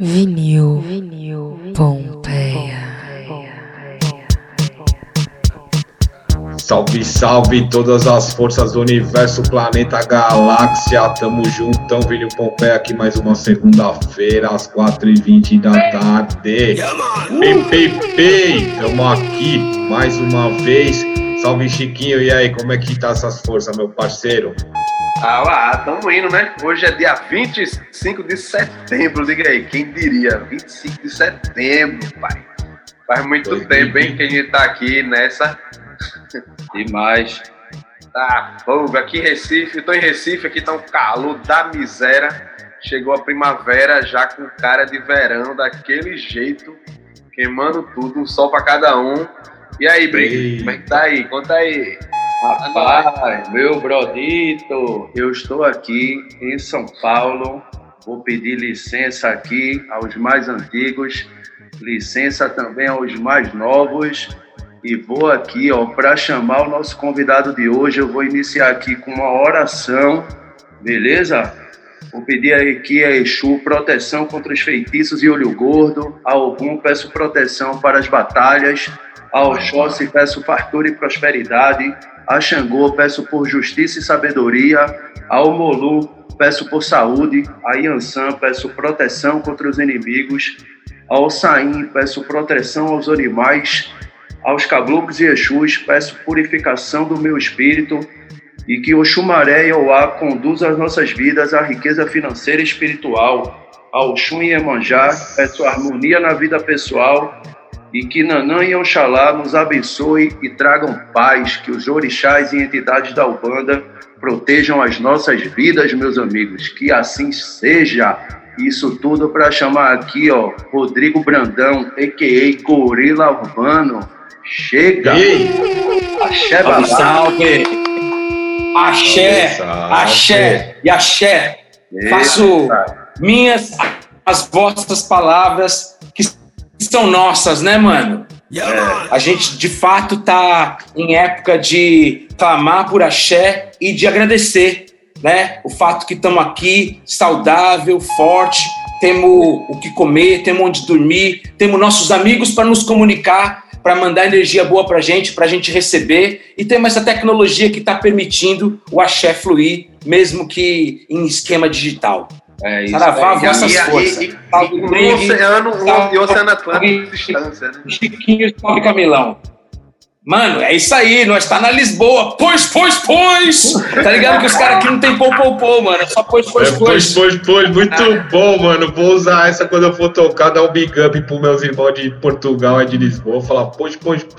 Vinil Pompeia. Salve, salve todas as forças do universo, planeta, galáxia. Tamo juntão, Vinil Pompeia aqui mais uma segunda-feira às 4h20 da tarde. Pei, tamo aqui mais uma vez. Salve, Chiquinho, e aí, como é que tá essas forças, meu parceiro? Ah lá, tamo indo, né? Hoje é dia 25 de setembro, liga aí, quem diria? 25 de setembro, pai. Faz muito tempo, hein, que a gente tá aqui nessa. Demais. Tá fogo, aqui em Recife, eu tô em Recife, aqui tá um calor da miséria. Chegou a primavera já com cara de verão, daquele jeito, queimando tudo, um sol pra cada um. E aí, Briga, como é que tá aí? Conta aí. Rapaz, meu brodito, eu estou aqui em São Paulo, vou pedir licença aqui aos mais antigos, licença também aos mais novos, e vou aqui, para chamar o nosso convidado de hoje, eu vou iniciar aqui com uma oração, beleza? Vou pedir aqui a Exu proteção contra os feitiços e olho gordo, a Ogum peço proteção para as batalhas, a Oxóssi peço fartura e prosperidade, a Xangô peço por justiça e sabedoria, ao Molu peço por saúde, a Yansan peço proteção contra os inimigos, ao Saim peço proteção aos animais, aos Caboclos e Exus peço purificação do meu espírito e que Oxumaré e Oá conduzam as nossas vidas à riqueza financeira e espiritual, ao Oxum e Iemanjá peço harmonia na vida pessoal e que Nanã e Oxalá nos abençoe e tragam paz, que os orixás e entidades da Umbanda protejam as nossas vidas, meus amigos, que assim seja. Isso tudo para chamar aqui, Rodrigo Brandão, a.k.a. Gorila Urbano. Chega! Ei. Axé, babá. Salve! Axé e axé. Faço minhas as vossas palavras que são nossas, né, mano? A gente, de fato, tá em época de clamar por axé e de agradecer, né? O fato que estamos aqui, saudável, forte, temos o que comer, temos onde dormir, temos nossos amigos para nos comunicar, para mandar energia boa pra gente receber, e temos essa tecnologia que está permitindo o axé fluir, mesmo que em esquema digital. É isso. Saravá, vossas forças. E um oceano Atlântico de distância, né? Chiquinho, salve Camilão. Mano, é isso aí, nós tá na Lisboa. Pois. Tá ligado que os caras aqui não tem pô, mano. É só pois. Muito bom, mano. Vou usar essa quando eu for tocar, dar um big up pros meus irmãos de Portugal e de Lisboa. Falar pois.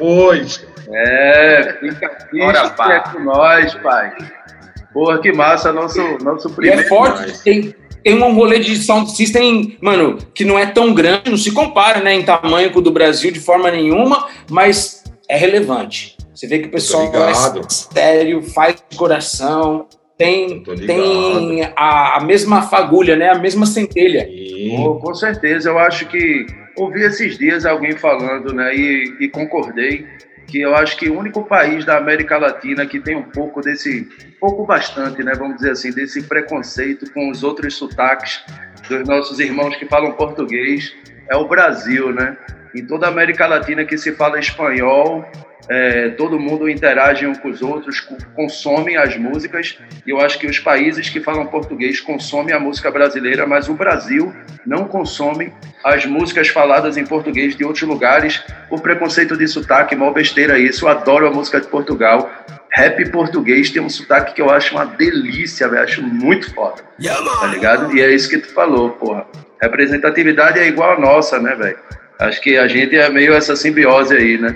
Fica aqui, é com nós, pai. Porra, que massa, nosso primeiro. E é forte, tem um rolê de sound system, mano, que não é tão grande, não se compara, né, em tamanho com o do Brasil de forma nenhuma, mas é relevante. Você vê que o pessoal é sério, faz de coração, tem a mesma fagulha, né, a mesma centelha. Com certeza, eu acho que ouvi esses dias alguém falando, né, e concordei, que eu acho que o único país da América Latina que tem um pouco bastante, né, vamos dizer assim, desse preconceito com os outros sotaques dos nossos irmãos que falam português é o Brasil, né? Em toda a América Latina que se fala espanhol, todo mundo interage uns com os outros, consomem as músicas, e eu acho que os países que falam português consomem a música brasileira, mas o Brasil não consome as músicas faladas em português de outros lugares. O preconceito de sotaque, mó besteira isso, eu adoro a música de Portugal. Rap português tem um sotaque que eu acho uma delícia, velho, acho muito foda, tá ligado? E é isso que tu falou, porra. Representatividade é igual a nossa, né, velho? Acho que a gente é meio essa simbiose aí, né?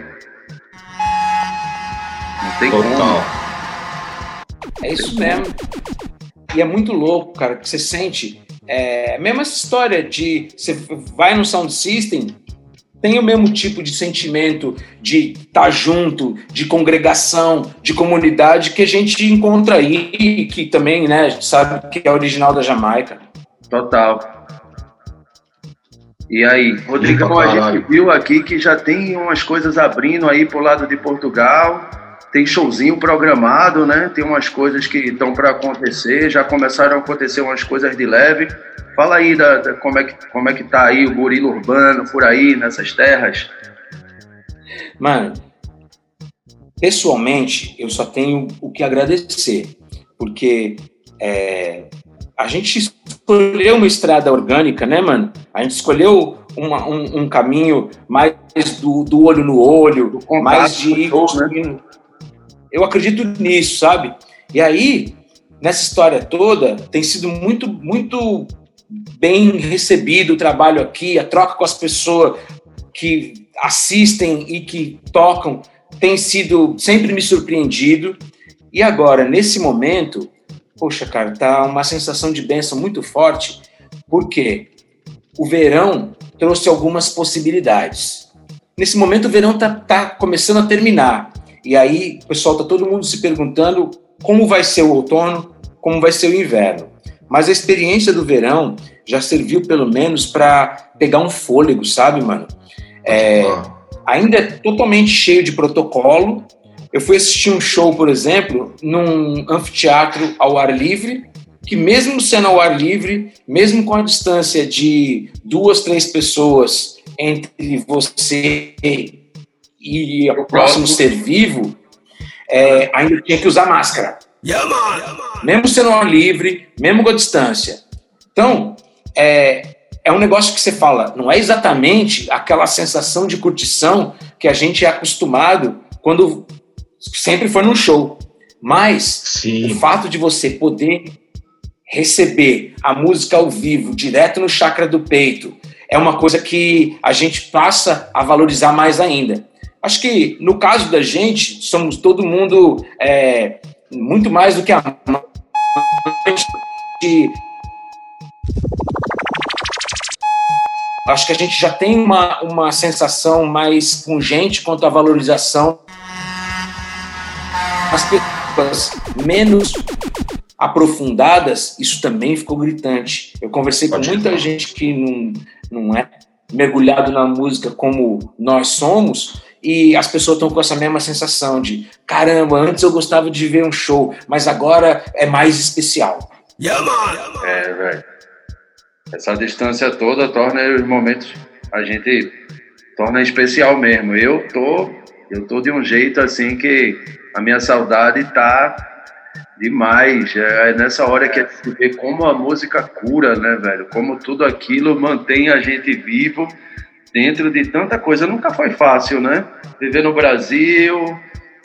Não tem como. É isso mesmo. E é muito louco, cara, que você sente. Mesmo essa história de você vai no sound system, tem o mesmo tipo de sentimento de estar junto, de congregação, de comunidade que a gente encontra aí, que também, né, a gente sabe que é original da Jamaica. Total. E aí, Rodrigão, a gente viu aqui que já tem umas coisas abrindo aí pro lado de Portugal, tem showzinho programado, né? Tem umas coisas que estão para acontecer, já começaram a acontecer umas coisas de leve. Fala aí como é que tá aí o gorila urbano por aí, nessas terras. Mano, pessoalmente, eu só tenho o que agradecer, porque a gente escolheu uma estrada orgânica, né, mano? A gente escolheu um caminho mais do olho no olho, mais de... né? Eu acredito nisso, sabe? E aí, nessa história toda, tem sido muito, muito bem recebido o trabalho aqui, a troca com as pessoas que assistem e que tocam tem sido sempre me surpreendido. E agora, nesse momento, poxa, cara, tá uma sensação de bênção muito forte, porque o verão trouxe algumas possibilidades. Nesse momento, o verão tá começando a terminar. E aí, o pessoal tá todo mundo se perguntando como vai ser o outono, como vai ser o inverno. Mas a experiência do verão já serviu, pelo menos, para pegar um fôlego, sabe, mano? Ainda é totalmente cheio de protocolo. Eu fui assistir um show, por exemplo, num anfiteatro ao ar livre, que mesmo sendo ao ar livre, mesmo com a distância de 2, 3 pessoas entre você e o próximo ser vivo, ainda tinha que usar máscara. Mesmo sendo ao ar livre, mesmo com a distância. Então, é um negócio que você fala, não é exatamente aquela sensação de curtição que a gente é acostumado quando sempre foi num show. Mas sim, o fato de você poder receber a música ao vivo, direto no chakra do peito, é uma coisa que a gente passa a valorizar mais ainda. Acho que, no caso da gente, somos todo mundo muito mais do que a acho que a gente já tem uma sensação mais pungente quanto à valorização. As pessoas menos aprofundadas, isso também ficou gritante. Eu conversei com muita gente que não é mergulhado na música como nós somos, e as pessoas estão com essa mesma sensação de caramba, antes eu gostava de ver um show, mas agora é mais especial. Velho. Essa distância toda torna os momentos, a gente torna especial mesmo. Eu tô de um jeito assim que a minha saudade tá demais. É nessa hora que a gente vê como a música cura, né, velho? Como tudo aquilo mantém a gente vivo dentro de tanta coisa. Nunca foi fácil, né? Viver no Brasil,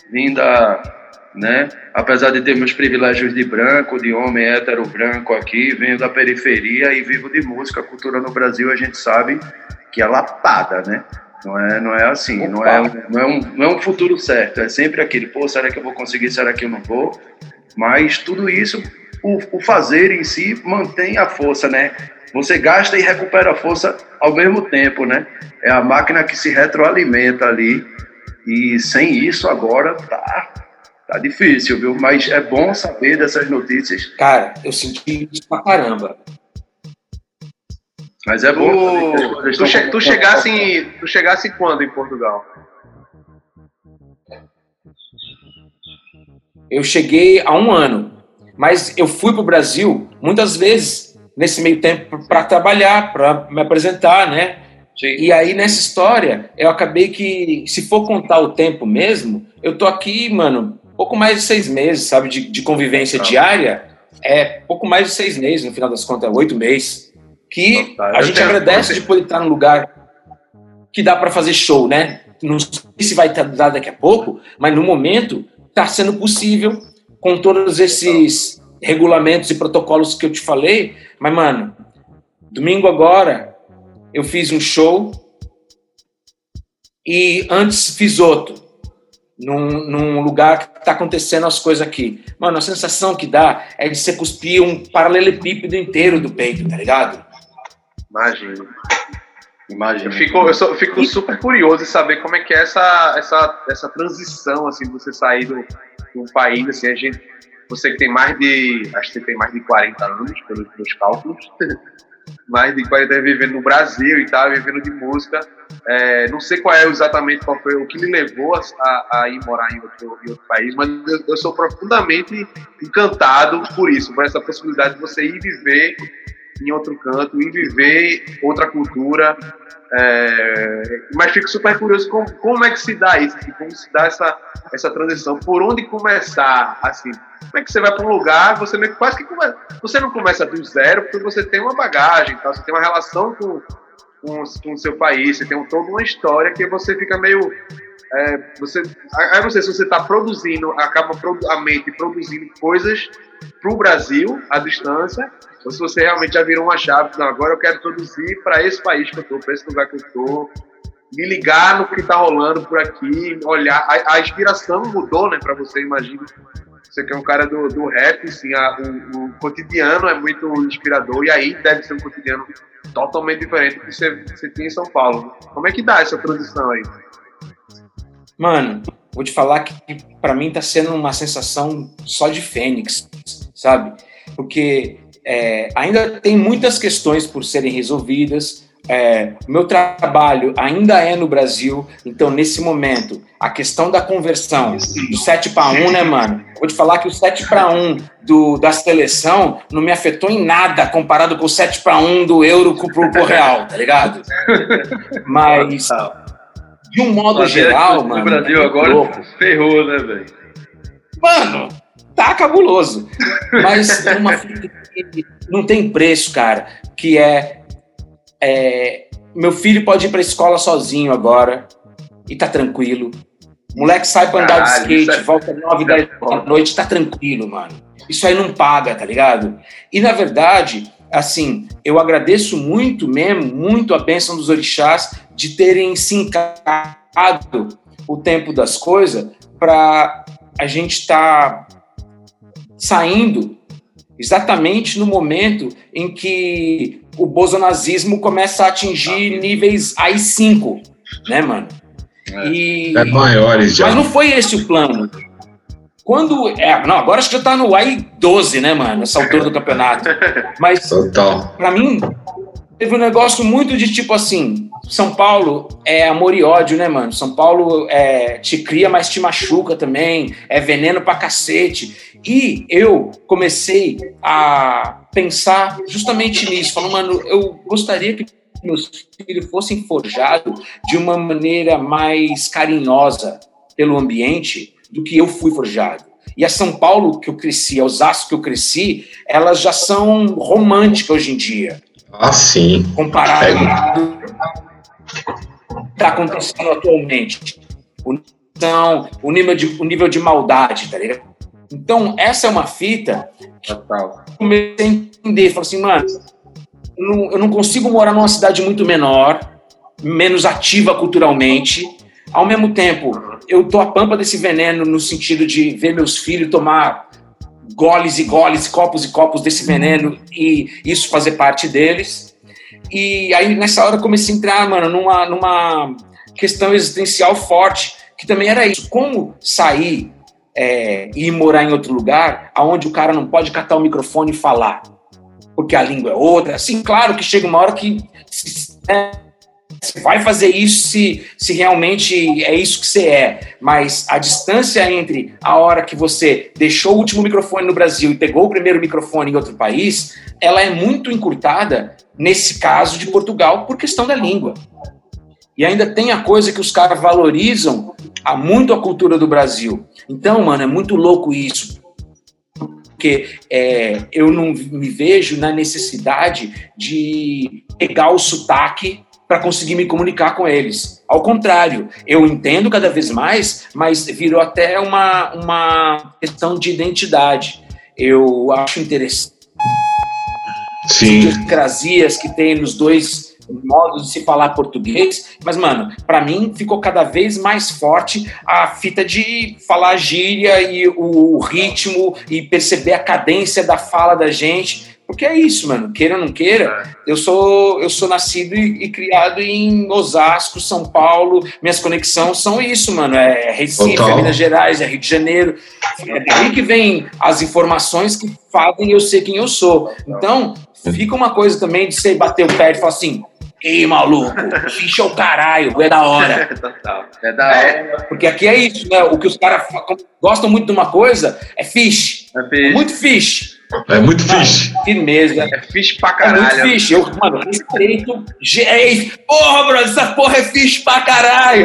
né? Apesar de ter meus privilégios de branco, de homem hétero branco aqui, venho da periferia e vivo de música. A cultura no Brasil a gente sabe que é lapada, né? Não é assim, não é um futuro certo, é sempre aquele, pô, será que eu vou conseguir, será que eu não vou? Mas tudo isso, o fazer em si mantém a força, né? Você gasta e recupera a força ao mesmo tempo, né? É a máquina que se retroalimenta ali, e sem isso agora tá difícil, viu? Mas é bom saber dessas notícias. Cara, eu senti isso pra caramba. Mas é bom. Tu chegasse quando em Portugal? Eu cheguei há 1 ano, mas eu fui pro Brasil muitas vezes nesse meio tempo para trabalhar, para me apresentar, né? Sim. E aí nessa história eu acabei que, se for contar o tempo mesmo, eu tô aqui, mano, pouco mais de 6 meses, sabe, de convivência diária. Pouco mais de 6 meses, no final das contas, 8 meses. Que a gente agradece de poder estar num lugar que dá para fazer show, né? Não sei se vai dar daqui a pouco, mas no momento está sendo possível com todos esses regulamentos e protocolos que eu te falei. Mas, mano, domingo agora eu fiz um show e antes fiz outro num lugar que está acontecendo as coisas aqui. Mano, a sensação que dá é de você cuspir um paralelepípedo inteiro do peito, tá ligado? Imagino. Eu fico super curioso em saber como é que é essa transição, assim, de você sair de um país, assim, você que tem acho que você tem mais de 40 anos, pelos meus cálculos, mais de 40 anos vivendo no Brasil e tal, vivendo de música. Não sei exatamente qual foi o que me levou a ir morar em outro país, mas eu sou profundamente encantado por isso, por essa possibilidade de você ir viver em outro canto e viver outra cultura. Mas fico super curioso como é que se dá isso, como se dá essa transição, por onde começar, assim, como é que você vai para um lugar, você meio que quase que começa, você não começa do zero, porque você tem uma bagagem, tá? Você tem uma relação com o seu país, você tem toda uma história que você fica meio, aí não sei se você está produzindo, acaba a mente produzindo coisas para o Brasil, à distância, ou se você realmente já virou uma chave, não, agora eu quero produzir para esse país que eu estou, para esse lugar que eu estou, me ligar no que está rolando por aqui, olhar, a inspiração mudou, né, para você, imagina, você que é um cara do rap, assim, o cotidiano é muito inspirador, e aí deve ser um cotidiano totalmente diferente do que você tem em São Paulo. Como é que dá essa transição aí? Mano, vou te falar que para mim tá sendo uma sensação só de fênix, sabe? Porque ainda tem muitas questões por serem resolvidas. O meu trabalho ainda é no Brasil, então nesse momento a questão da conversão do 7-1, né, mano? Vou te falar que o 7-1 da seleção não me afetou em nada comparado com o 7-1 do euro pro real, tá ligado? Mas de um modo geral, mano, o Brasil agora louco. Ferrou, né, velho? Mano, tá cabuloso. Mas é uma fita que não tem preço, cara, que meu filho pode ir pra escola sozinho agora e tá tranquilo. O moleque sai pra andar de skate, volta 9, 10 da noite, tá tranquilo, mano. Isso aí não paga, tá ligado? E, na verdade, assim, eu agradeço muito mesmo, muito a bênção dos orixás de terem se encarado o tempo das coisas pra a gente tá saindo exatamente no momento em que o bolsonazismo começa a atingir níveis AI-5, né, mano? Maiores já. Mas não foi esse o plano. Agora acho que já tá no AI-12, né, mano? Nessa altura do campeonato. Mas, pra mim, teve um negócio muito de tipo assim, São Paulo é amor e ódio, né, mano? São Paulo te cria, mas te machuca também, é veneno pra cacete. E eu comecei a pensar justamente nisso, falando, mano, eu gostaria que meus filhos fossem forjados de uma maneira mais carinhosa pelo ambiente do que eu fui forjado. E a São Paulo que eu cresci, a Osasco que eu cresci, elas já são românticas hoje em dia. Ah, sim. Comparado ao que está acontecendo atualmente. O nível de maldade, tá ligado? Então, essa é uma fita que eu comecei a entender. Falei assim, mano, eu não consigo morar numa cidade muito menor, menos ativa culturalmente. Ao mesmo tempo, eu tô a pampa desse veneno no sentido de ver meus filhos tomar goles e goles, copos e copos desse veneno e isso fazer parte deles. E aí, nessa hora, eu comecei a entrar, mano, numa questão existencial forte, que também era isso. Como sair e ir morar em outro lugar onde o cara não pode catar o microfone e falar? Porque a língua é outra. Assim, claro que chega uma hora que você vai fazer isso se realmente é isso que você é. Mas a distância entre a hora que você deixou o último microfone no Brasil e pegou o primeiro microfone em outro país, ela é muito encurtada, nesse caso de Portugal, por questão da língua. E ainda tem a coisa que os caras valorizam muito a cultura do Brasil. Então, mano, é muito louco isso. Porque eu não me vejo na necessidade de pegar o sotaque para conseguir me comunicar com eles. Ao contrário, eu entendo cada vez mais, mas virou até uma questão de identidade. Eu acho interessante as idiosincrasias que tem nos dois modos de se falar português, mas, mano, pra mim ficou cada vez mais forte a fita de falar gíria e o ritmo e perceber a cadência da fala da gente, porque é isso, mano, queira ou não queira, eu sou nascido e criado em Osasco, São Paulo, minhas conexões são isso, mano, é Recife, é Minas Gerais, é Rio de Janeiro, é daí que vem as informações que fazem eu ser quem eu sou. Então, fica uma coisa também de você bater o pé e falar assim, ei, maluco, ficha o caralho, é da hora. Total. É da hora. Porque aqui é isso, né? O que os caras gostam muito de uma coisa é fish. É muito fish. É muito fish. Firmeza. É fish pra caralho. É muito fish. Eu, mano, respeito. Porra, brother, essa porra é fish pra caralho.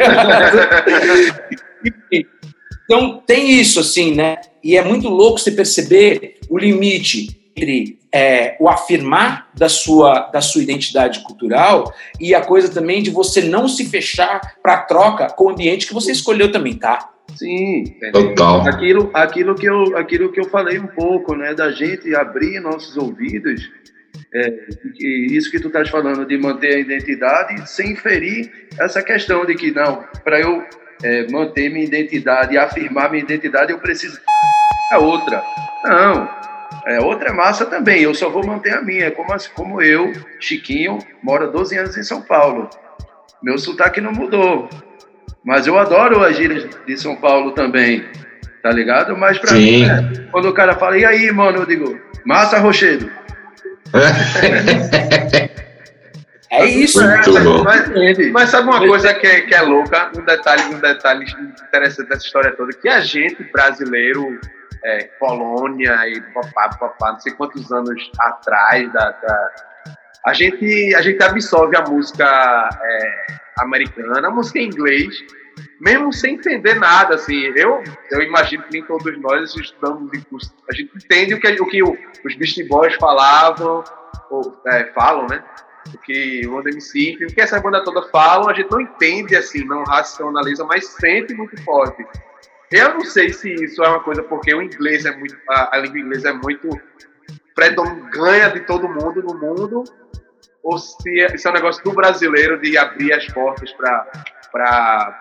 Então, tem isso, assim, né? E é muito louco você perceber o limite entre o afirmar da sua identidade cultural e a coisa também de você não se fechar para troca com o ambiente que você escolheu também, tá? Sim, total. Aquilo que eu falei um pouco, né, da gente abrir nossos ouvidos, isso que tu estás falando de manter a identidade sem ferir essa questão de que não, para eu manter minha identidade e afirmar minha identidade eu preciso a outra. Não, outra é massa também, eu só vou manter a minha, como eu, Chiquinho, moro 12 anos em São Paulo, meu sotaque não mudou. Mas eu adoro as gírias de São Paulo também, tá ligado? Mas pra mim, quando o cara fala, e aí, mano, eu digo, massa, Rochedo. É isso, mas sabe uma coisa que é louca? Um detalhe interessante dessa história toda, que a gente, brasileiro, Polônia e papá, não sei quantos anos atrás, a gente absorve a música americana, a música em inglês, mesmo sem entender nada, assim. Eu imagino que nem todos nós estudamos em curso, a gente entende o que os Beastie Boys falavam, falam, né? O que o MC, o que essa banda toda falam, a gente não entende, assim, não racionaliza, mas sente muito forte. Eu não sei se isso é uma coisa porque o inglês a língua inglesa é muito ganha de todo mundo no mundo, ou se isso é um negócio do brasileiro de abrir as portas para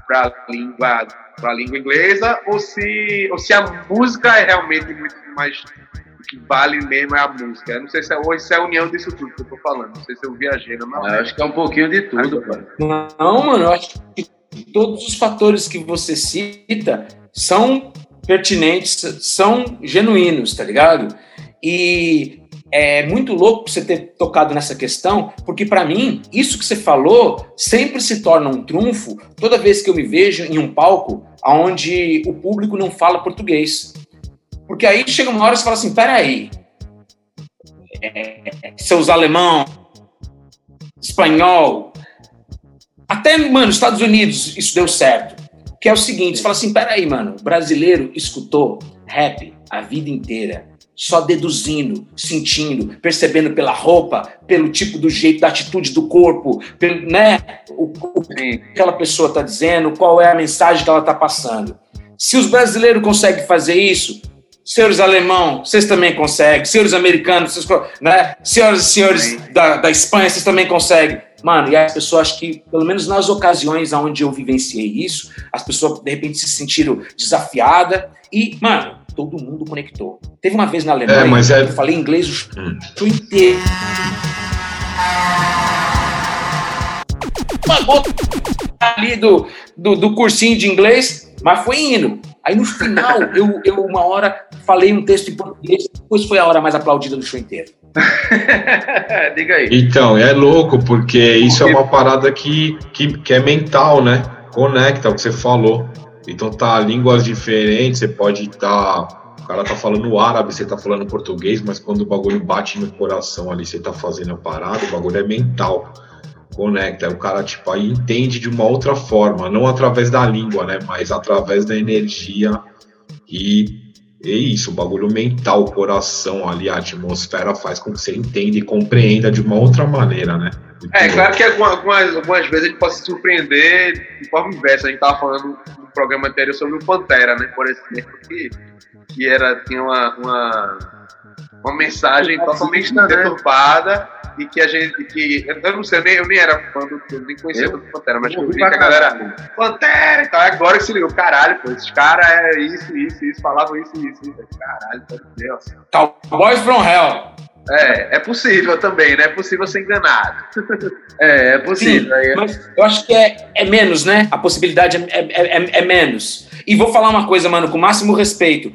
a língua inglesa, ou se a música é realmente muito mais, o que vale mesmo é a música. Eu não sei se é a união disso tudo que eu tô falando, não sei se eu viajei na maioria. Eu acho que é um pouquinho de tudo, cara. Não, mano, eu acho que todos os fatores que você cita são pertinentes, são genuínos, tá ligado? E é muito louco você ter tocado nessa questão, porque para mim, isso que você falou sempre se torna um trunfo toda vez que eu me vejo em um palco onde o público não fala português. Porque aí chega uma hora e você fala assim, peraí, seus alemão, espanhol, até, mano, Estados Unidos isso deu certo. Que é o seguinte, você fala assim, peraí, mano, o brasileiro escutou rap a vida inteira, só deduzindo, sentindo, percebendo pela roupa, pelo tipo do jeito, da atitude do corpo, pelo, né, o que aquela pessoa está dizendo, qual é a mensagem que ela está passando. Se os brasileiros conseguem fazer isso, senhores alemão, vocês também conseguem, senhores americanos, vocês, né, senhoras e senhores da Espanha, vocês também conseguem. Mano, e as pessoas, acho que, pelo menos nas ocasiões onde eu vivenciei isso, as pessoas, de repente, se sentiram desafiadas e, mano, todo mundo conectou. Teve uma vez na Alemanha, eu falei inglês o show inteiro. Uma gota ali do cursinho de inglês, mas foi indo. Aí no final, eu uma hora falei um texto em português, depois foi a hora mais aplaudida do show inteiro. Diga aí. Então, é louco, porque isso é uma parada que é mental, né? Conecta o que você falou. Então tá línguas diferentes, você pode estar... O cara tá falando árabe, você tá falando português, mas quando o bagulho bate no coração ali, você tá fazendo a parada, o bagulho é mental. Conecta, o cara tipo aí entende de uma outra forma, não através da língua, né, mas através da energia e é isso, o bagulho mental, o coração ali, a atmosfera faz com que você entenda e compreenda de uma outra maneira, né? Claro que algumas vezes a gente pode se surpreender de forma inversa. A gente tava falando no programa anterior sobre o Pantera, né, por exemplo, que tinha uma mensagem totalmente deturpada. E que a gente, eu não sei, eu nem era fã eu nem conhecia do Pantera, mas eu vi que a galera, Pantera e tal, agora que se ligou, caralho, pô, esses caras isso, falavam isso, caralho, meu Deus. Cowboys from Hell. É possível também, né? É possível ser enganado. É possível. Sim, mas eu acho que é menos, né? A possibilidade é menos. E vou falar uma coisa, mano, com o máximo respeito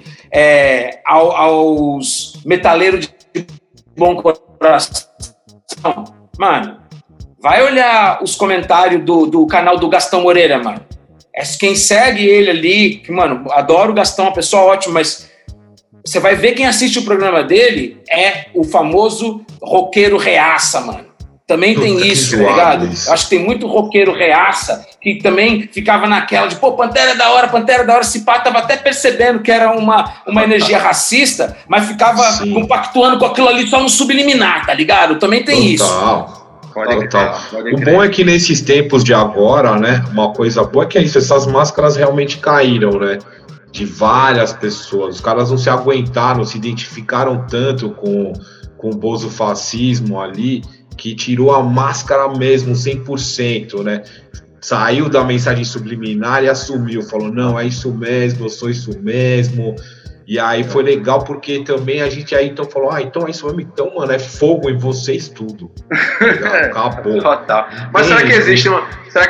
aos metaleiros de bom coração. Mano, vai olhar os comentários do canal do Gastão Moreira, mano. Quem segue ele ali, que, mano, adoro o Gastão, uma pessoa ótima, mas Você vai ver quem assiste o programa dele é o famoso roqueiro reaça, mano. Também tem isso, tá ligado? Eu acho que tem muito roqueiro reaça que também ficava naquela de, pô, Pantera é da hora, se pá, tava até percebendo que era uma energia racista, mas ficava compactuando com aquilo ali só no subliminar, tá ligado? Também tem isso. Total. O bom é que nesses tempos de agora, né, uma coisa boa é que é isso, essas máscaras realmente caíram, né? De várias pessoas. Os caras não se aguentaram, se identificaram tanto com o bozofascismo ali, que tirou a máscara mesmo, 100%, né? Saiu da mensagem subliminar e assumiu, falou, não, é isso mesmo, eu sou isso mesmo. E aí foi legal porque também a gente aí então falou, então é isso mesmo, então, mano, é fogo em vocês tudo. Acabou. Total. Mas será que existe uma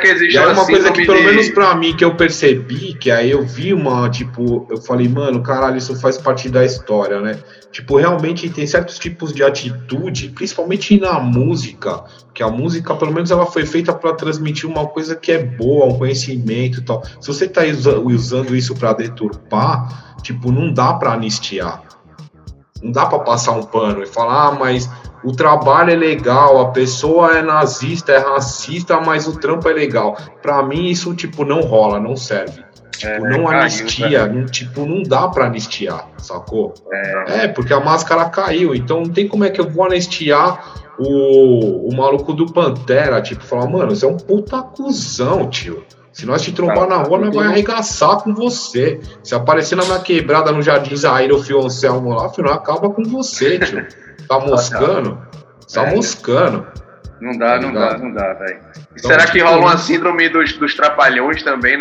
coisa que, pelo menos pra mim, que eu percebi, que aí eu vi eu falei, mano, caralho, isso faz parte da história, né? Tipo, realmente tem certos tipos de atitude, principalmente na música, que a música, pelo menos, ela foi feita para transmitir uma coisa que é boa, um conhecimento e tal. Se você tá usando isso para deturpar, tipo, não dá para anistiar. Não dá para passar um pano e falar, mas o trabalho é legal, a pessoa é nazista, é racista, mas o trampo é legal. Para mim, isso, tipo, não rola, não serve. Tipo, não anistia, não dá pra anistiar, sacou? Porque a máscara caiu, então não tem como é que eu vou anistiar o maluco do Pantera, tipo, falar, mano, você é um puta cuzão, tio. Se nós te trombar na rua, nós vai arregaçar com você. Se aparecer na minha quebrada no Jardim Zaire ou Fio Anselmo lá, filho, acaba com você, tio. Tá moscando? Tá moscando. Não dá, velho. Então, será que rola uma síndrome dos trapalhões também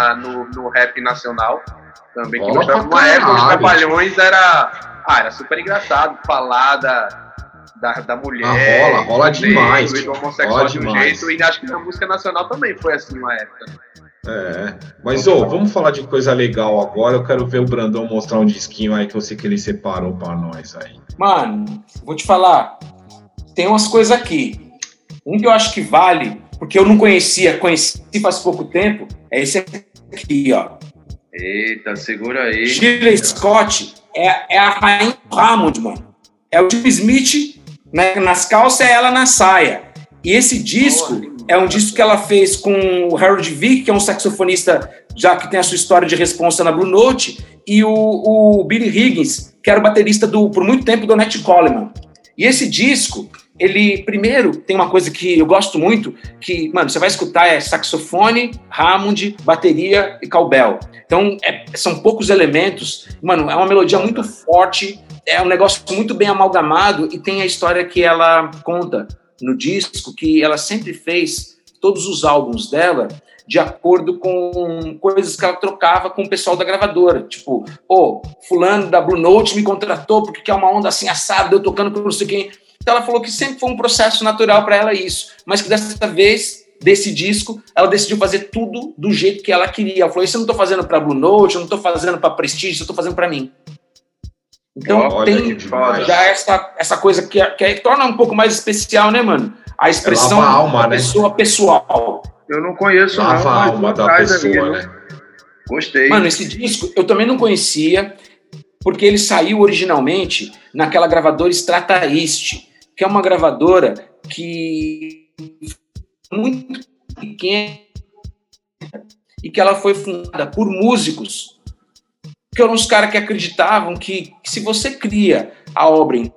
no rap nacional? Também, que numa época os trapalhões era super engraçado falar da mulher. Rola demais. Do homossexual de um jeito, e acho que na música nacional também foi assim uma época. Mas vamos falar de coisa legal agora. Eu quero ver o Brandão mostrar um disquinho aí que eu sei que ele separou pra nós aí. Mano, vou te falar, tem umas coisas aqui. Um que eu acho que vale, porque eu não conheci faz pouco tempo, é esse aqui, ó. Eita, segura aí. Shirley Scott é a rainha Hammond, mano. É o Jim Smith, né, nas calças, é ela na saia. E esse disco é um disco que ela fez com o Harold Vick, que é um saxofonista já que tem a sua história de responsa na Blue Note, e o Billy Higgins, que era o baterista por muito tempo do Ornette Coleman. E esse disco, ele, primeiro, tem uma coisa que eu gosto muito, que, mano, você vai escutar saxofone, Hammond, bateria e cowbell. Então, são poucos elementos. Mano, é uma melodia muito forte, é um negócio muito bem amalgamado, e tem a história que ela conta no disco, que ela sempre fez todos os álbuns dela de acordo com coisas que ela trocava com o pessoal da gravadora. Tipo, fulano da Blue Note me contratou porque quer uma onda assim assada, eu tocando com não sei quem. Então ela falou que sempre foi um processo natural para ela isso, mas que dessa vez, desse disco, ela decidiu fazer tudo do jeito que ela queria. Ela falou, isso eu não estou fazendo para Blue Note, eu não estou fazendo para Prestige, eu estou fazendo para mim. Então tem já essa coisa que torna um pouco mais especial, né, mano? A expressão da pessoa pessoal. Eu não conheço a alma da pessoa, né? Gostei. Mano, esse disco eu também não conhecia, porque ele saiu originalmente naquela gravadora Strata East, que é uma gravadora que muito pequena e que ela foi fundada por músicos, que eram os caras que acreditavam que se você cria a obra em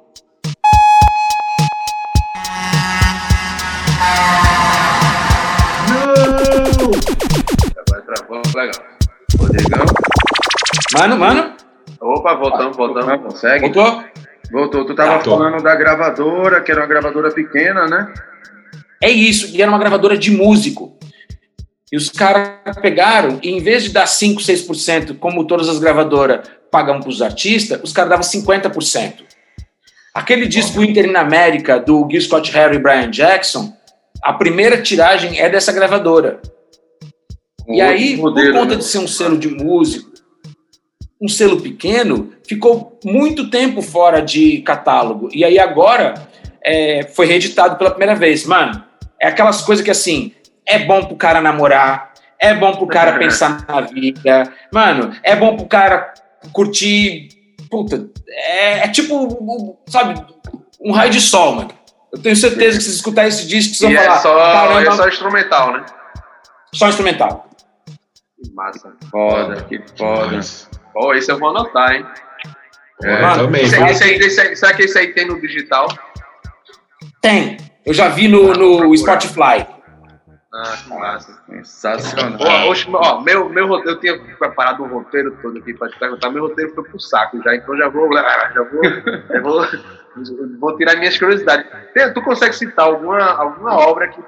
legal. Rodrigão. Mano. Opa, voltamos. Consegue? Voltou? Tu tava falando da gravadora, que era uma gravadora pequena, né? É isso, e era uma gravadora de músico. E os caras pegaram, e em vez de dar 5%, 6%, como todas as gravadoras pagam para os artistas, os caras davam 50%. Aquele disco Winter in America, do Gil Scott-Heron e Brian Jackson, a primeira tiragem é dessa gravadora. E aí, por conta de ser um selo de músico, um selo pequeno, ficou muito tempo fora de catálogo. E aí agora foi reeditado pela primeira vez. Mano, é aquelas coisas que assim, é bom pro cara namorar, é bom pro cara pensar na vida, mano, é bom pro cara curtir puta, é tipo, sabe, um raio de sol, mano. Eu tenho certeza que se escutar esse disco, vocês vão falar, caramba... É só instrumental, né? Só instrumental. Que massa. Foda, que foda. Pô, esse eu vou anotar, hein? Também. Será que esse aí tem no digital? Tem. Eu já vi no Spotify. Que massa. Sensacional. Meu roteiro, eu tinha preparado um roteiro todo aqui pra te perguntar, meu roteiro foi pro saco já, então já vou tirar minhas curiosidades. Tu consegue citar alguma obra que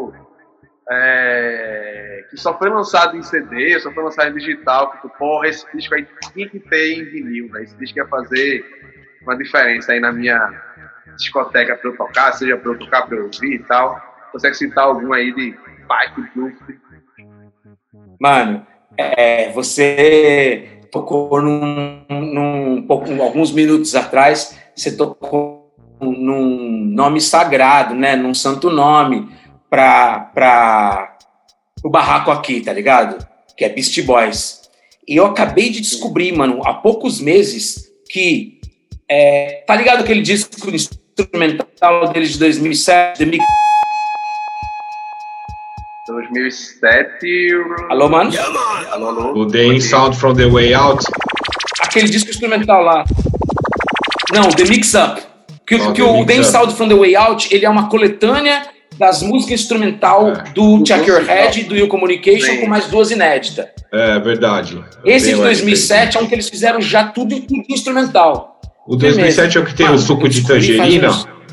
que só foi lançado em CD, só foi lançado em digital, que esse disco aí tinha que ter em vinil, né? Esse disco ia fazer uma diferença aí na minha discoteca pra eu tocar, seja pra eu tocar, pra eu ouvir e tal. Consegue citar algum aí de Pipe Blues? Mano, você tocou alguns minutos atrás, você tocou num nome sagrado, né? Num santo nome para o barraco aqui, tá ligado? Que é Beastie Boys. E eu acabei de descobrir, mano, há poucos meses que tá ligado aquele disco instrumental deles de 2007, The Mix... 2007. Alô, mano? Alô. O The In Sound From The Way Out. Aquele disco instrumental lá. Não, The Mix Up. O The In Sound From The Way Out, ele é uma coletânea das músicas instrumental do Check Your Head e do You Communication, com mais 2 inéditas. É verdade. Esse de 2007 é um que eles fizeram já tudo instrumental. O 2007 é o que tem o suco de tangerina?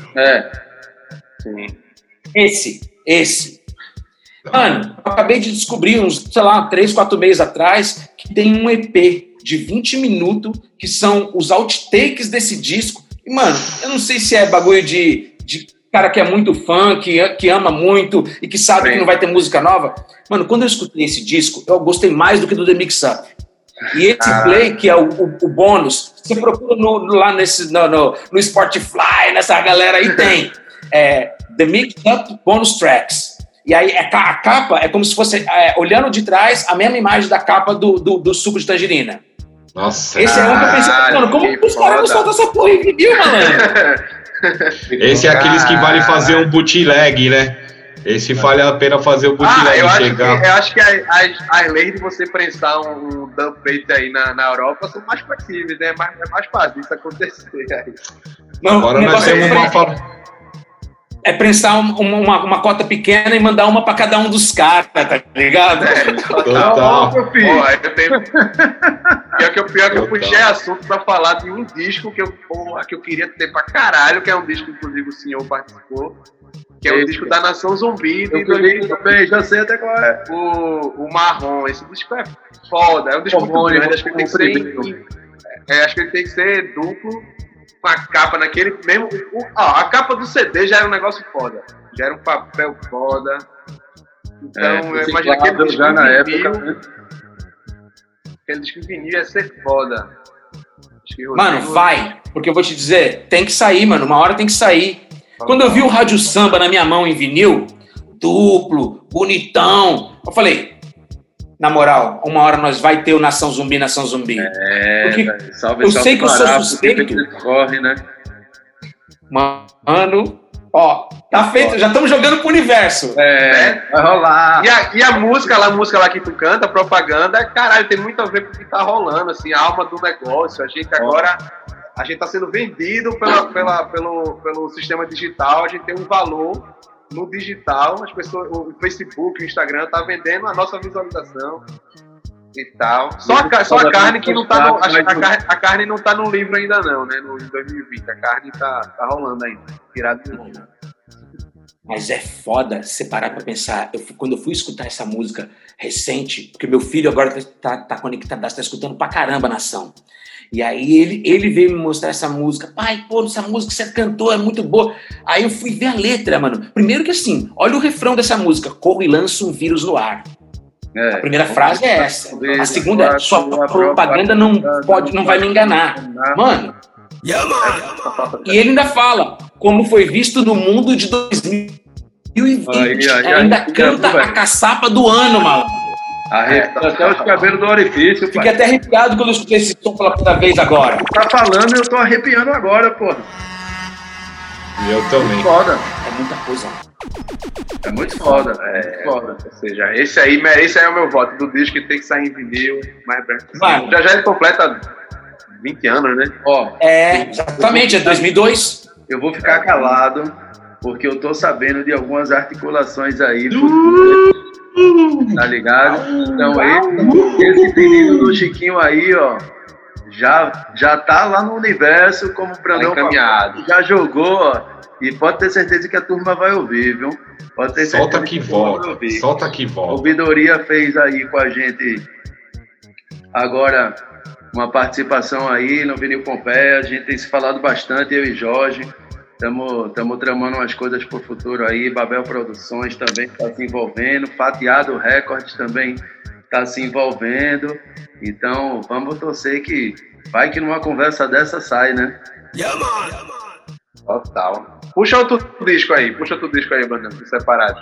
Sim. Esse. Mano, eu acabei de descobrir uns, 3, 4 meses atrás, que tem um EP de 20 minutos, que são os outtakes desse disco. E, mano, eu não sei se é bagulho de cara que é muito fã, que ama muito e que sabe que não vai ter música nova. Mano, quando eu escutei esse disco, eu gostei mais do que do The Mix Up. E esse play, que é o bônus, você procura lá no Spotify, nessa galera aí, tem The Mix Up Bonus Tracks. E aí a capa é como se fosse, olhando de trás, a mesma imagem da capa do suco de tangerina. Nossa. Esse é um que eu pensei, mano, como que os caras não soltam essa porra em vídeo, mano? Esse é aqueles que vale fazer um bootleg, né? Esse vale a pena fazer o bootleg. Eu acho que as leis de você prensar um dub plate aí na Europa são mais flexíveis, né? É mais fácil isso acontecer aí. Não, agora nós temos uma... É prensar uma cota pequena e mandar uma pra cada um dos caras, tá ligado? Total. Pior que eu puxei assunto pra falar de um disco que eu queria ter pra caralho, que é um disco que inclusive o senhor participou, que é o disco da Nação Zumbi de 2020. Já sei até qual é. O Marrom. Esse disco é foda, é um disco muito grande, acho que ele tem que ser duplo. Com a capa naquele mesmo... a capa do CD já era um negócio foda. Já era um papel foda. Então, eu imagino aquele disco já na vinil, época, né? Aquele disco em vinil ia ser foda. Mano, vai. Porque eu vou te dizer, tem que sair, mano. Uma hora tem que sair. Quando eu vi o Rádio Samba na minha mão em vinil, duplo, bonitão, eu falei... Na moral, uma hora nós vai ter o Nação Zumbi. Porque salve, eu sei que eu sou suspeito. Corre, né? Mano, tá feito. Já estamos jogando pro universo. Vai rolar. E a música lá que tu canta, a propaganda, caralho, tem muito a ver com o que tá rolando, assim, a alma do negócio. A gente agora, tá sendo vendido pelo sistema digital, a gente tem um valor no digital, as pessoas, o Facebook, o Instagram tá vendendo a nossa visualização e tal. Só a carne que não tá a carne não tá no livro ainda não, né? No 2020 a carne tá rolando ainda, tirado do mundo. Mas é foda você parar pra pensar. Quando eu fui escutar essa música recente, porque meu filho agora tá conectado, tá escutando pra caramba Nação. E aí ele veio me mostrar essa música. Pai, essa música que você cantou é muito boa. Aí eu fui ver a letra, mano. Primeiro que assim, olha o refrão dessa música. Corro e lanço um vírus no ar. A primeira frase é essa. A segunda é, sua propaganda não vai me enganar. Mano. E ele ainda fala, como foi visto no mundo de 2020. Ainda canta a caçapa do ano, mano. Arrepia até os cabelos do orifício, pai. Fiquei até arrepiado quando eu escutei esse som pela primeira vez agora. Tá falando e eu tô arrepiando agora, porra. E eu também. Foda. É muita coisa. É muito foda. Muito foda. Ou seja, esse aí é o meu voto do disco que tem que sair em vinil mais breve. Mano. Já ele completa 20 anos, né? Ó, Exatamente, é 2002. eu vou ficar calado, porque eu tô sabendo de algumas articulações aí. Tá ligado? Então esse menino do Chiquinho aí, ó, já tá lá no universo, como o Brandão encaminhado. Já jogou, ó, e pode ter certeza que a turma vai ouvir, viu? Pode ter Solta certeza que a turma vai volta. ouvir. Solta que A volta. ouvidoria fez aí com a gente agora uma participação aí no Vinil Pompeia. A gente tem se falado bastante, eu e Jorge. Estamos tramando umas coisas pro futuro aí. Babel Produções também está se envolvendo. Fatiado Records também está se envolvendo. Então, vamos torcer que vai que numa conversa dessa sai, né? Total. Puxa outro disco aí, Brandão, separado.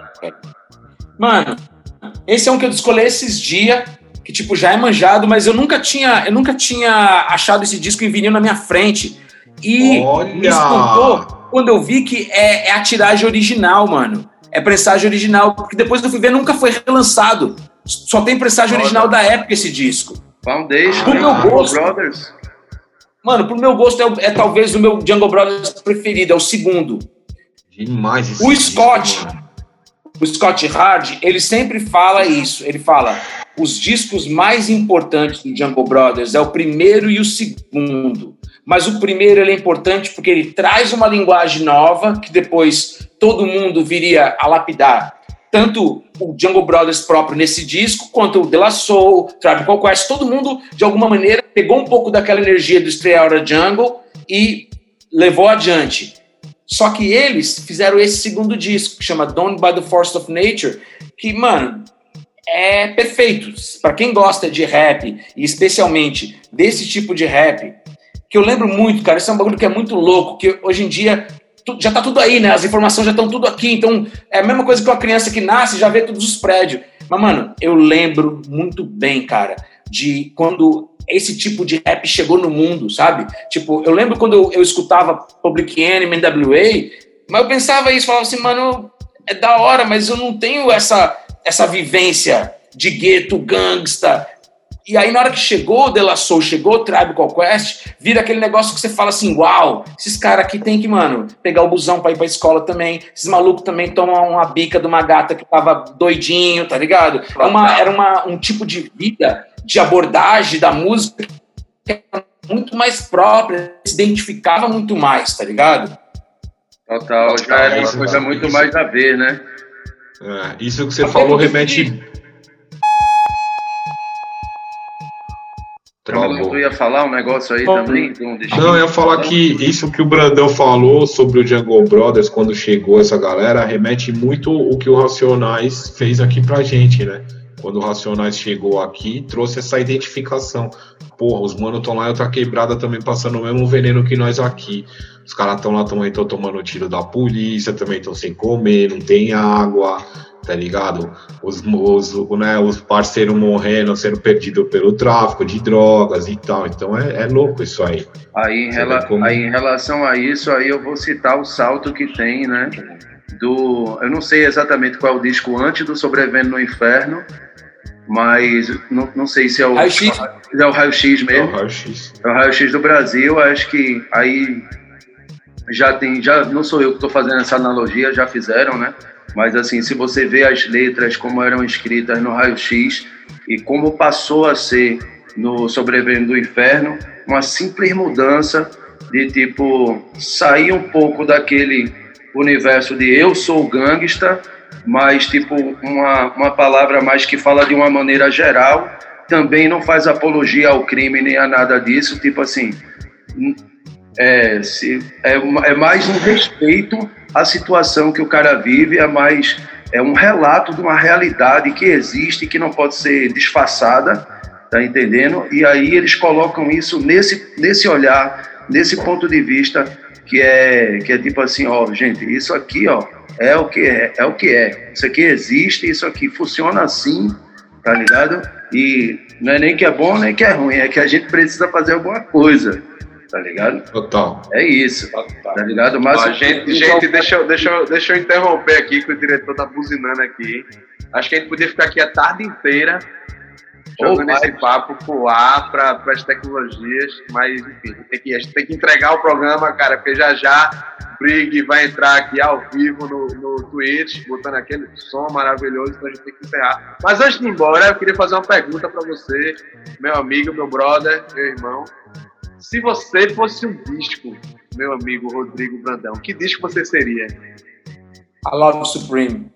Mano, esse é um que eu escolhi esses dias, que tipo, já é manjado, mas eu nunca tinha achado esse disco em vinil na minha frente. E me espantou quando eu vi que é a tiragem original, mano. É pressagem original, porque depois eu fui ver, nunca foi relançado. Só tem pressagem original da época esse disco. Foundation, Pro meu gosto. Brothers. Mano, pro meu gosto é talvez o meu Jungle Brothers preferido, é o segundo. Demais esse O disco, Scott, mano. o Scott Hard, ele sempre fala isso. Ele fala, os discos mais importantes do Jungle Brothers é o primeiro e o segundo. Mas o primeiro ele é importante porque ele traz uma linguagem nova que depois todo mundo viria a lapidar. Tanto o Jungle Brothers próprio nesse disco, quanto o De La Soul, Tribe Called Quest, todo mundo, de alguma maneira, pegou um pouco daquela energia do Straight Outta Jungle e levou adiante. Só que eles fizeram esse segundo disco, que chama Done by the Force of Nature, que, mano, é perfeito. Para quem gosta de rap, e especialmente desse tipo de rap, que eu lembro muito, cara, isso é um bagulho que é muito louco, que hoje em dia já tá tudo aí, né? As informações já estão tudo aqui, então é a mesma coisa que uma criança que nasce já vê todos os prédios. Mas, mano, eu lembro muito bem, cara, de quando esse tipo de rap chegou no mundo, sabe? Tipo, eu lembro quando eu escutava Public Enemy, NWA, mas eu pensava isso, falava assim, mano, é da hora, mas eu não tenho essa vivência de gueto, gangsta. E aí, na hora que chegou o De La Soul, chegou o Tribe Called Quest, vira aquele negócio que você fala assim, uau, esses caras aqui tem que, mano, pegar o busão pra ir pra escola também. Esses malucos também tomam uma bica de uma gata que tava doidinho, tá ligado? Era um tipo de vida, de abordagem da música que era muito mais própria, se identificava muito mais, tá ligado? Total, já era uma coisa muito mais a ver, né? Isso que você falou remete... Tu ia falar um negócio aí também? Não, eu ia falar que isso que o Brandão falou sobre o Jungle Brothers quando chegou essa galera remete muito o que o Racionais fez aqui pra gente, né? Quando o Racionais chegou aqui, trouxe essa identificação. Porra, os manos estão lá em outra quebrada também passando o mesmo veneno que nós aqui. Os caras estão lá também, estão tomando tiro da polícia, também estão sem comer, não tem água, tá ligado? Os parceiros morrendo, sendo perdidos pelo tráfico de drogas e tal. Então é louco isso aí. Aí em relação a isso, aí eu vou citar o salto que tem, né? Eu não sei exatamente qual é o disco antes do Sobrevivendo no Inferno, mas não sei se é o Raio-X. É o Raio-X mesmo. É o Raio-X. É o Raio-X do Brasil. Acho que aí já não sou eu que estou fazendo essa analogia, já fizeram, né? Mas assim, se você vê as letras como eram escritas no Raio-X e como passou a ser no Sobrevivendo do Inferno, uma simples mudança de tipo sair um pouco daquele universo de eu sou gangsta, mas tipo uma palavra mais que fala de uma maneira geral, também não faz apologia ao crime nem a nada disso, tipo assim, é mais um respeito à situação que o cara vive, é um relato de uma realidade que existe, que não pode ser disfarçada, tá entendendo? E aí eles colocam isso nesse olhar, nesse ponto de vista que é tipo assim, ó, gente, isso aqui, ó, é o que é, isso aqui existe, isso aqui funciona assim, tá ligado? E não é nem que é bom, nem que é ruim, é que a gente precisa fazer alguma coisa, tá ligado? Total. É isso, tá ligado? Mas gente, deixa eu interromper aqui, que o diretor tá buzinando aqui. Acho que a gente podia ficar aqui a tarde inteira jogando esse papo pro ar, para as tecnologias, mas enfim, a gente tem que entregar o programa, cara, porque já Brig vai entrar aqui ao vivo no Twitch, botando aquele som maravilhoso, então a gente tem que encerrar. Mas antes de ir embora, eu queria fazer uma pergunta para você, meu amigo, meu brother, meu irmão. Se você fosse um disco, meu amigo Rodrigo Brandão, que disco você seria? A Love Supreme.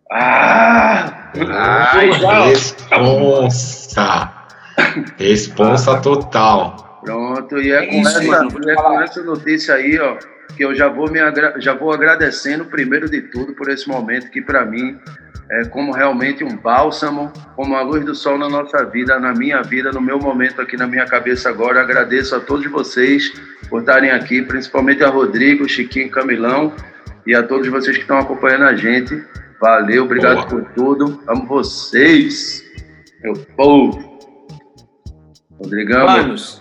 Responsa total. Pronto, e é com essa notícia aí, ó, que eu já vou agradecendo primeiro de tudo por esse momento que para mim é como realmente um bálsamo, como a luz do sol na nossa vida, na minha vida, no meu momento aqui na minha cabeça agora. Agradeço a todos vocês por estarem aqui, principalmente a Rodrigo, Chiquinho, Camilão e a todos vocês que estão acompanhando a gente. Valeu, obrigado por tudo. Amo vocês, meu povo. Rodrigão. Manos,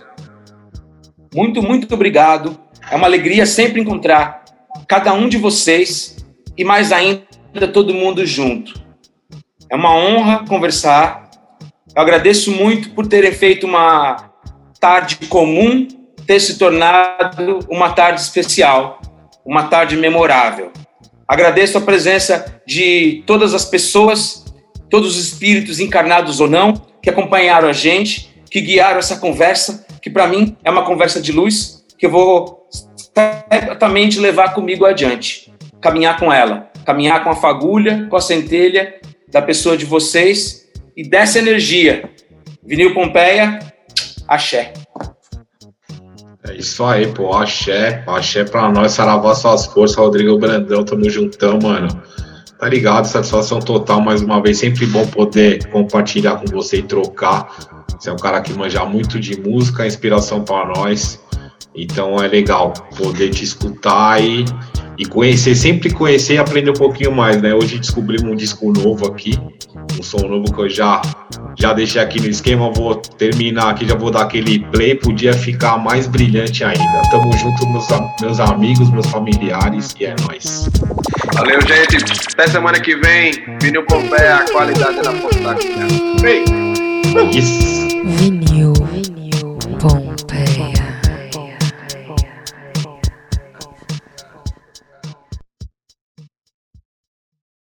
muito obrigado. É uma alegria sempre encontrar cada um de vocês e mais ainda todo mundo junto. É uma honra conversar. Eu agradeço muito por terem feito uma tarde comum ter se tornado uma tarde especial, uma tarde memorável. Agradeço a presença de todas as pessoas, todos os espíritos encarnados ou não, que acompanharam a gente, que guiaram essa conversa, que para mim é uma conversa de luz, que eu vou certamente levar comigo adiante, caminhar com ela, caminhar com a fagulha, com a centelha da pessoa de vocês e dessa energia. Vinil Pompeia, axé. É isso aí, pô, axé pra nós, saravá suas forças, Rodrigo Brandão, tamo juntão, mano. Tá ligado? Satisfação total, mais uma vez, sempre bom poder compartilhar com você e trocar. Você é um cara que manja muito de música, inspiração pra nós, então é legal poder te escutar e conhecer, sempre conhecer e aprender um pouquinho mais, né? Hoje descobrimos um disco novo aqui, um som novo que eu já deixei aqui no esquema, vou terminar aqui, já vou dar aquele play, podia ficar mais brilhante ainda. Tamo junto, meus amigos, meus familiares, e é nóis. Valeu, gente. Até semana que vem. Vinil Pompeia, a qualidade da postagem. Isso.